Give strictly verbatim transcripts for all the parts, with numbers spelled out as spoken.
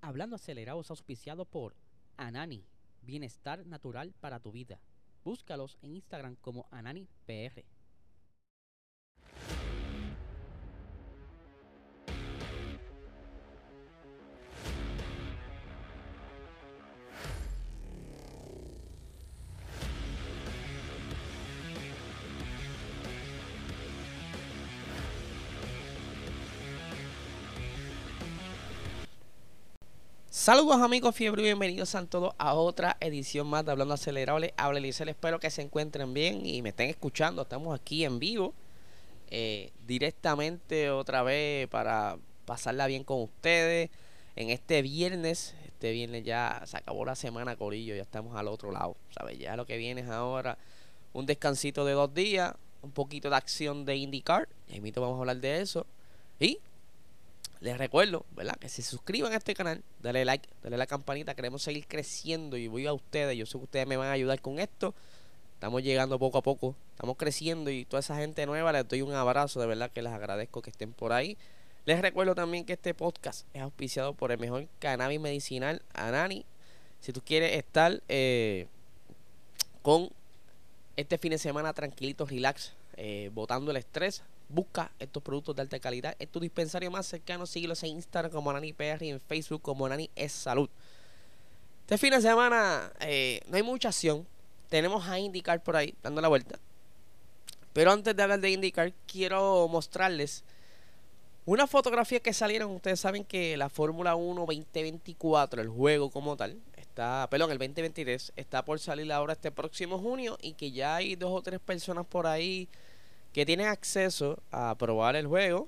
Hablando Acelerado es auspiciado por Anani, bienestar natural para tu vida. Búscalos en Instagram como Anani P R. Saludos amigos Fiebre y bienvenidos a todos a otra edición más de Hablando Acelerable. Habla Eliezer, espero que se encuentren bien y me estén escuchando. Estamos aquí en vivo, eh, directamente otra vez para pasarla bien con ustedes en este viernes. Este viernes ya se acabó la semana, corillo, ya estamos al otro lado, ¿sabes? Ya lo que viene es ahora un descansito de dos días, un poquito de acción de IndyCar, y ahí mismo vamos a hablar de eso. Y les recuerdo, ¿verdad?, que se suscriban a este canal, dale like, dale a la campanita. Queremos seguir creciendo y voy a ustedes. Yo sé que ustedes me van a ayudar con esto. Estamos llegando poco a poco, estamos creciendo y toda esa gente nueva les doy un abrazo. De verdad que les agradezco que estén por ahí. Les recuerdo también que este podcast es auspiciado por el mejor cannabis medicinal, Anani. Si tú quieres estar eh, con este fin de semana tranquilito, relax, eh, botando el estrés, busca estos productos de alta calidad en tu dispensario más cercano. Síguelos en Instagram como Nani P R y en Facebook como Nani es Salud. Este fin de semana eh, no hay mucha acción. Tenemos a IndyCar por ahí dando la vuelta. Pero antes de hablar de IndyCar, quiero mostrarles una fotografía que salieron. Ustedes saben que la Fórmula uno veinte veinticuatro, el juego como tal, está, perdón, el veinte veintitrés, está por salir ahora este próximo junio. Y que ya hay dos o tres personas por ahí que tienen acceso a probar el juego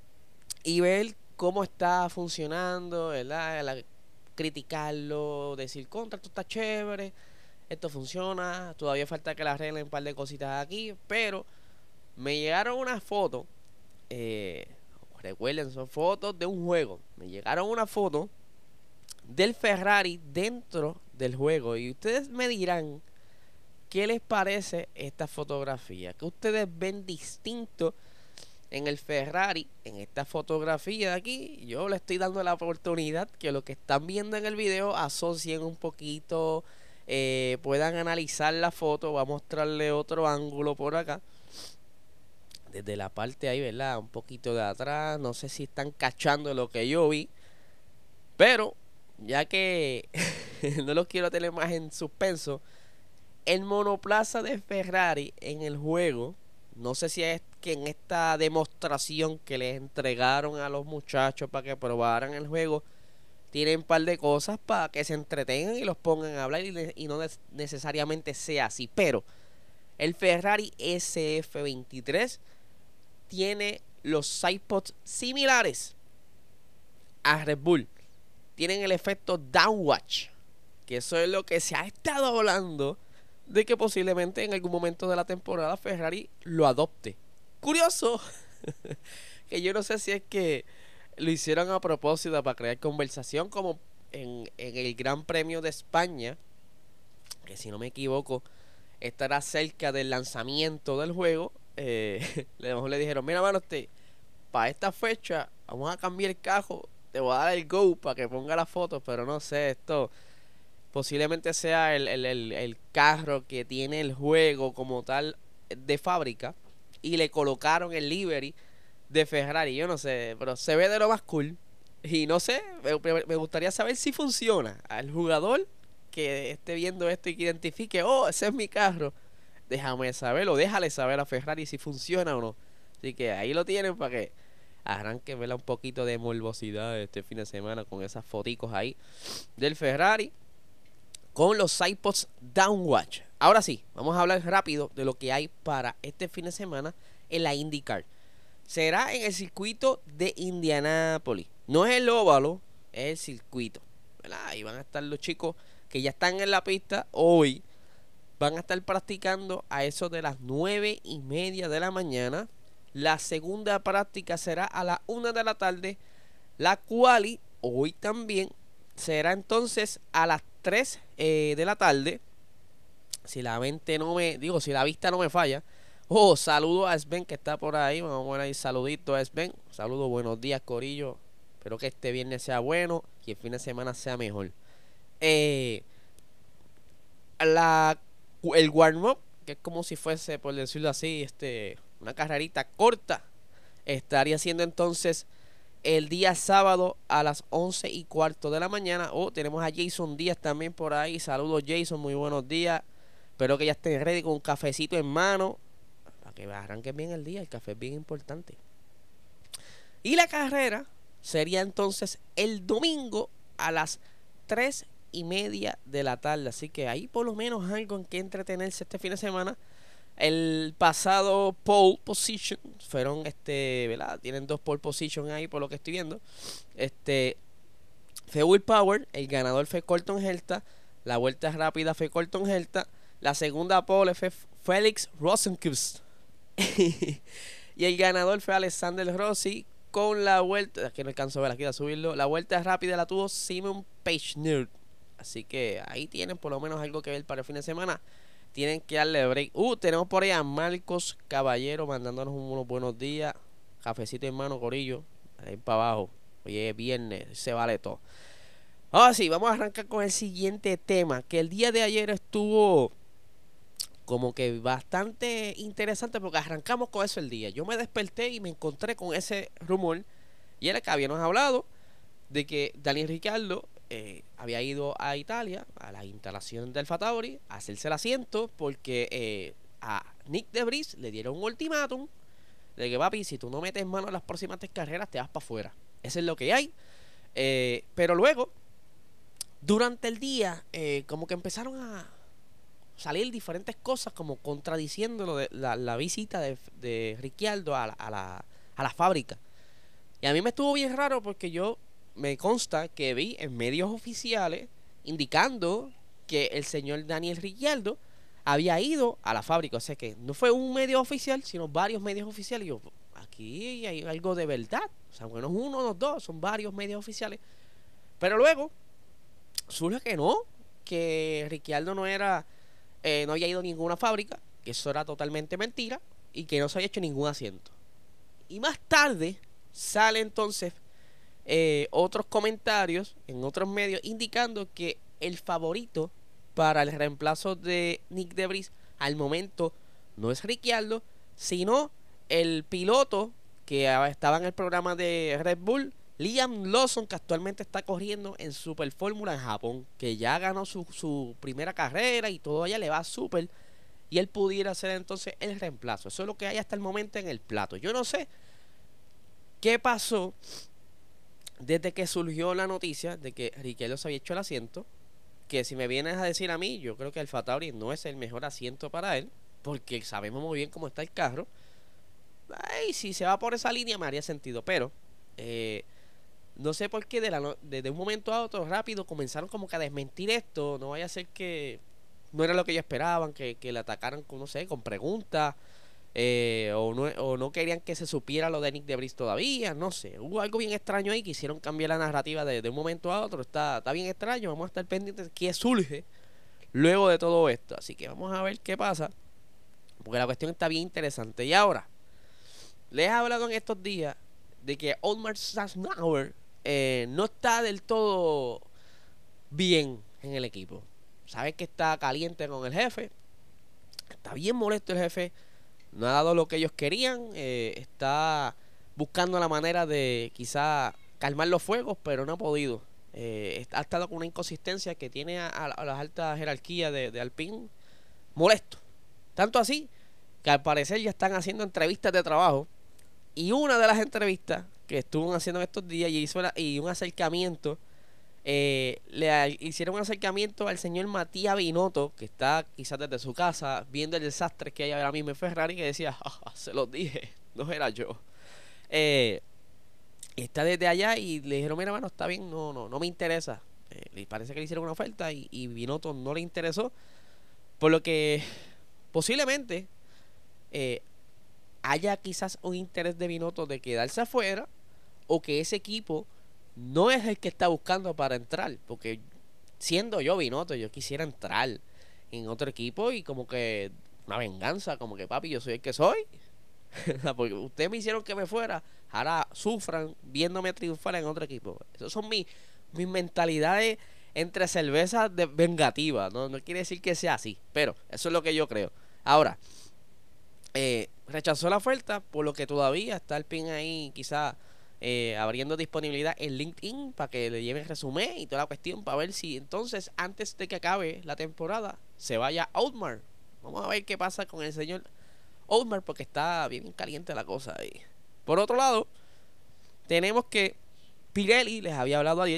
y ver cómo está funcionando, ¿verdad? La, criticarlo, decir contra, esto está chévere, esto funciona, todavía falta que le arreglen un par de cositas aquí, pero me llegaron unas fotos, eh, recuerden, son fotos de un juego, me llegaron una foto del Ferrari dentro del juego y ustedes me dirán ¿qué les parece esta fotografía? ¿Qué ustedes ven distinto en el Ferrari, en esta fotografía de aquí? Yo le estoy dando la oportunidad que lo que están viendo en el video asocien un poquito, eh, puedan analizar la foto. Voy a mostrarle otro ángulo por acá, desde la parte ahí, ¿verdad? Un poquito de atrás. No sé si están cachando lo que yo vi, pero ya que no los quiero tener más en suspenso, el monoplaza de Ferrari en el juego, no sé si es que en esta demostración que les entregaron a los muchachos para que probaran el juego, tienen un par de cosas para que se entretengan y los pongan a hablar, y, y no necesariamente sea así. Pero el Ferrari S F veintitrés tiene los sidepods similares a Red Bull. Tienen el efecto downwatch, que eso es lo que se ha estado hablando, de que posiblemente en algún momento de la temporada Ferrari lo adopte. Curioso, que yo no sé si es que lo hicieron a propósito para crear conversación, como en, en el Gran Premio de España, que si no me equivoco estará cerca del lanzamiento del juego. Eh, a lo mejor le dijeron, mira mano, este, para esta fecha vamos a cambiar el cajo, te voy a dar el go para que ponga la foto, pero no sé, esto posiblemente sea el, el, el, el carro que tiene el juego como tal de fábrica y le colocaron el livery de Ferrari. Yo no sé, pero se ve de lo más cool. Y no sé, me, me gustaría saber si funciona. Al jugador que esté viendo esto y que identifique, oh, ese es mi carro, déjame saberlo, déjale saber a Ferrari si funciona o no. Así que ahí lo tienen para que arranquen, ¿verdad?, un poquito de morbosidad este fin de semana con esas foticos ahí del Ferrari con los sidepods downwatch. Ahora sí, vamos a hablar rápido de lo que hay para este fin de semana en la IndyCar. Será en el circuito de Indianápolis. No es el óvalo, es el circuito, ¿verdad? Ahí van a estar los chicos que ya están en la pista hoy. Van a estar practicando a eso de las nueve y media de la mañana. La segunda práctica será a las una de la tarde. La quali hoy también será entonces a las tres eh, de la tarde. Si la mente no me, digo, si la vista no me falla. Oh, saludo a Sven que está por ahí. Vamos a ver ahí, saludito a Sven. Saludo, buenos días, corillo. Espero que este viernes sea bueno y el fin de semana sea mejor. Eh, la, el warm-up, que es como si fuese, por decirlo así, este, una carrerita corta, estaría siendo entonces el día sábado a las once y cuarto de la mañana. Oh, tenemos a Jason Díaz también por ahí. Saludos, Jason, muy buenos días. Espero que ya estén ready con un cafecito en mano para que arranquen bien el día. El café es bien importante. Y la carrera sería entonces el domingo a las tres y media de la tarde. Así que ahí por lo menos algo en que entretenerse este fin de semana. El pasado pole position fueron, este, ¿verdad? Tienen dos pole position ahí por lo que estoy viendo. Este, fue Will Power, el ganador fue Colton Herta, la vuelta rápida fue Colton Herta, la segunda pole fue Felix Rosenqvist y el ganador fue Alexander Rossi. Con la vuelta, aquí no alcanzo a ver, aquí a subirlo, la vuelta rápida la tuvo Simon Pagenaud. Así que ahí tienen por lo menos algo que ver para el fin de semana. Tienen que darle break. Uh, tenemos por ahí a Marcos Caballero mandándonos unos buenos días. Cafecito en mano, corillo. Ahí para abajo. Oye, es viernes, se vale todo. Ahora sí, vamos a arrancar con el siguiente tema. Que el día de ayer estuvo como que bastante interesante porque arrancamos con eso el día. Yo me desperté y me encontré con ese rumor. Y era que habíamos hablado de que Daniel Ricciardo eh, había ido a Italia, a la instalación del Alfa Tauri, a hacerse el asiento porque eh, a Nick de Vries le dieron un ultimátum de que, papi, si tú no metes mano en las próximas tres carreras, te vas para afuera. Eso es lo que hay. Eh, pero luego, durante el día, eh, como que empezaron a salir diferentes cosas como contradiciendo de la, la visita de, de Ricciardo a la, a, la, a la fábrica. Y a mí me estuvo bien raro porque yo me consta que vi en medios oficiales indicando que el señor Daniel Ricciardo había ido a la fábrica. O sea que no fue un medio oficial, sino varios medios oficiales. Y yo, aquí hay algo de verdad. O sea, bueno, no es uno o dos, son varios medios oficiales. Pero luego surge que no, que Ricciardo no era, eh, no había ido a ninguna fábrica, que eso era totalmente mentira y que no se había hecho ningún asiento. Y más tarde sale entonces eh, otros comentarios en otros medios indicando que el favorito para el reemplazo de Nick de Vries al momento no es Ricciardo, sino el piloto que estaba en el programa de Red Bull, Liam Lawson, que actualmente está corriendo en Super Fórmula en Japón, que ya ganó su, su primera carrera y todo allá le va súper, y él pudiera ser entonces el reemplazo. Eso es lo que hay hasta el momento en el plato. Yo no sé qué pasó desde que surgió la noticia de que Ricciardo se había hecho el asiento, que si me vienes a decir a mí, yo creo que el Alfa Tauri no es el mejor asiento para él, porque sabemos muy bien cómo está el carro. Ay, si se va por esa línea me haría sentido, pero eh, no sé por qué de, la no, de, de un momento a otro rápido comenzaron como que a desmentir esto. No vaya a ser que no era lo que ellos esperaban, que, que le atacaran con, no sé, con preguntas, eh, o, no, o no querían que se supiera lo de Nick de Vries todavía, no sé. Hubo algo bien extraño ahí, quisieron cambiar la narrativa de, de un momento a otro. Está, está bien extraño, vamos a estar pendientes de qué surge luego de todo esto. Así que vamos a ver qué pasa, porque la cuestión está bien interesante. Y ahora, les he hablado en estos días de que Otmar Szafnauer eh, no está del todo bien en el equipo. Sabes que está caliente con el jefe, está bien molesto el jefe, no ha dado lo que ellos querían, eh, está buscando la manera de quizá calmar los fuegos, pero no ha podido. Eh, ha estado con una inconsistencia que tiene a, a las altas jerarquías de, de Alpine molesto. Tanto así que al parecer ya están haciendo entrevistas de trabajo. Y una de las entrevistas que estuvo haciendo estos días y hizo la, y un acercamiento, eh, le hicieron un acercamiento al señor Matías Binotto, que está quizás desde su casa viendo el desastre que hay ahora mismo en Ferrari, que decía, ja, se los dije, no era yo. Eh, está desde allá y le dijeron, mira, bueno, está bien, no, no, no me interesa. Eh, le parece que le hicieron una oferta y, y Binotto no le interesó, por lo que posiblemente eh, haya quizás un interés de Binotto de quedarse afuera, o que ese equipo no es el que está buscando para entrar, porque siendo yo Binotto, yo quisiera entrar en otro equipo y como que una venganza, como que papi, yo soy el que soy, porque ustedes me hicieron que me fuera, ahora sufran viéndome triunfar en otro equipo. Esas son mis, mis mentalidades entre cervezas de vengativas. ¿no? no quiere decir que sea así, pero eso es lo que yo creo. Ahora, eh, rechazó la oferta, por lo que todavía está el pin ahí, quizá eh, abriendo disponibilidad en LinkedIn para que le lleven resumen y toda la cuestión, para ver si entonces, antes de que acabe la temporada, se vaya a Outmar. Vamos a ver qué pasa con el señor Outmar, porque está bien caliente la cosa ahí. Por otro lado, tenemos que Pirelli les había hablado ayer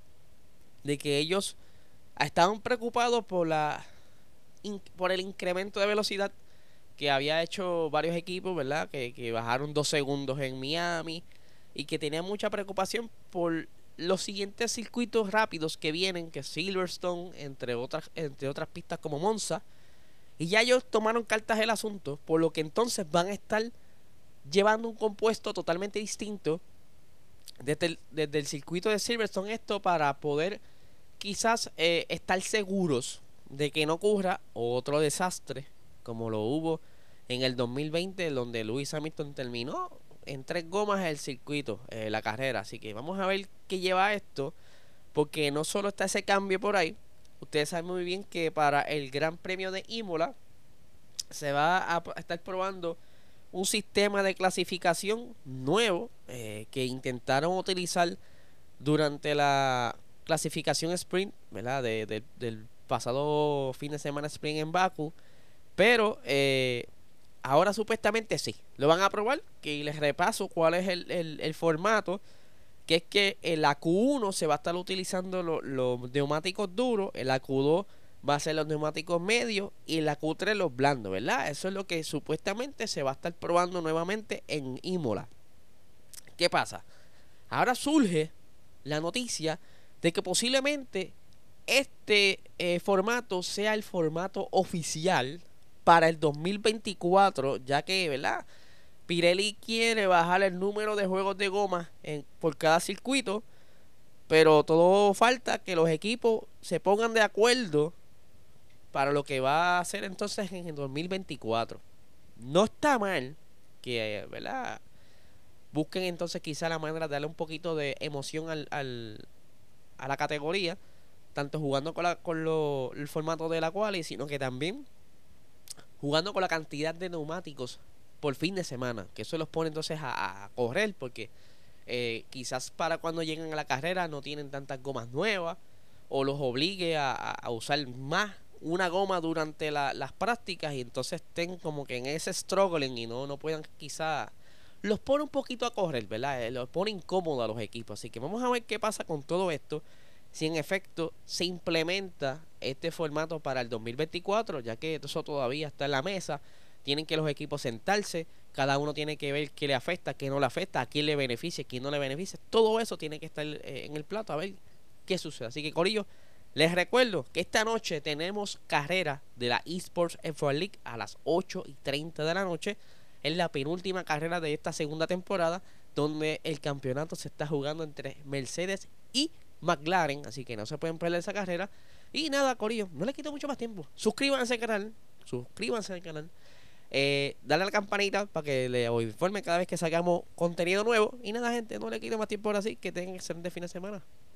de que ellos estaban preocupados por la in, por el incremento de velocidad que había hecho varios equipos, ¿verdad? Que, que bajaron dos segundos en Miami y que tenían mucha preocupación por los siguientes circuitos rápidos que vienen, que es Silverstone, entre otras, entre otras pistas como Monza. Y ya ellos tomaron cartas el asunto, por lo que entonces van a estar llevando un compuesto totalmente distinto desde el, desde el circuito de Silverstone, esto para poder quizás eh, estar seguros de que no ocurra otro desastre como lo hubo en el dos mil veinte, donde Lewis Hamilton terminó en tres gomas el circuito, eh, la carrera. Así que vamos a ver qué lleva esto, porque no solo está ese cambio por ahí. Ustedes saben muy bien que para el Gran Premio de Imola se va a estar probando un sistema de clasificación nuevo eh, que intentaron utilizar durante la clasificación sprint, ¿verdad? De, de, del pasado fin de semana sprint en Baku. Pero eh, ahora supuestamente sí, lo van a probar. Que les repaso cuál es el, el, el formato. Que es que el A Q uno se va a estar utilizando los, los neumáticos duros, el A Q dos va a ser los neumáticos medios y el A Q tres los blandos, ¿verdad? Eso es lo que supuestamente se va a estar probando nuevamente en Imola. ¿Qué pasa? Ahora surge la noticia de que posiblemente este eh, formato sea el formato oficial para el dos mil veinticuatro, ya que, ¿verdad? Pirelli quiere bajar el número de juegos de goma en, por cada circuito, pero todo falta que los equipos se pongan de acuerdo para lo que va a hacer entonces en el dos mil veinticuatro. No está mal que, ¿verdad? Busquen entonces quizá la manera de darle un poquito de emoción al, al a la categoría, tanto jugando con, la, con lo, el formato de la quali, sino que también jugando con la cantidad de neumáticos por fin de semana, que eso los pone entonces a, a correr, porque eh, quizás para cuando lleguen a la carrera no tienen tantas gomas nuevas, o los obligue a, a usar más una goma durante la, las prácticas, y entonces estén como que en ese struggling y no, no puedan quizás, los pone un poquito a correr, ¿verdad? Eh, los pone incómodos a los equipos. Así que vamos a ver qué pasa con todo esto, si en efecto se implementa este formato para el dos mil veinticuatro, ya que eso todavía está en la mesa. Tienen que los equipos sentarse, cada uno tiene que ver qué le afecta, qué no le afecta, a quién le beneficia, a quién no le beneficia. Todo eso tiene que estar eh, en el plato, a ver qué sucede. Así que, corillo, les recuerdo que esta noche tenemos carrera de la Esports F uno League a las ocho y treinta de la noche. Es la penúltima carrera de esta segunda temporada, donde el campeonato se está jugando entre Mercedes y McLaren, así que no se pueden perder esa carrera. Y nada, corillo, no le quito mucho más tiempo. Suscríbanse al canal, suscríbanse al canal. Eh, dale a la campanita para que le informe cada vez que sacamos contenido nuevo. Y nada, gente, no le quito más tiempo ahora sí. Que tengan excelente fin de semana.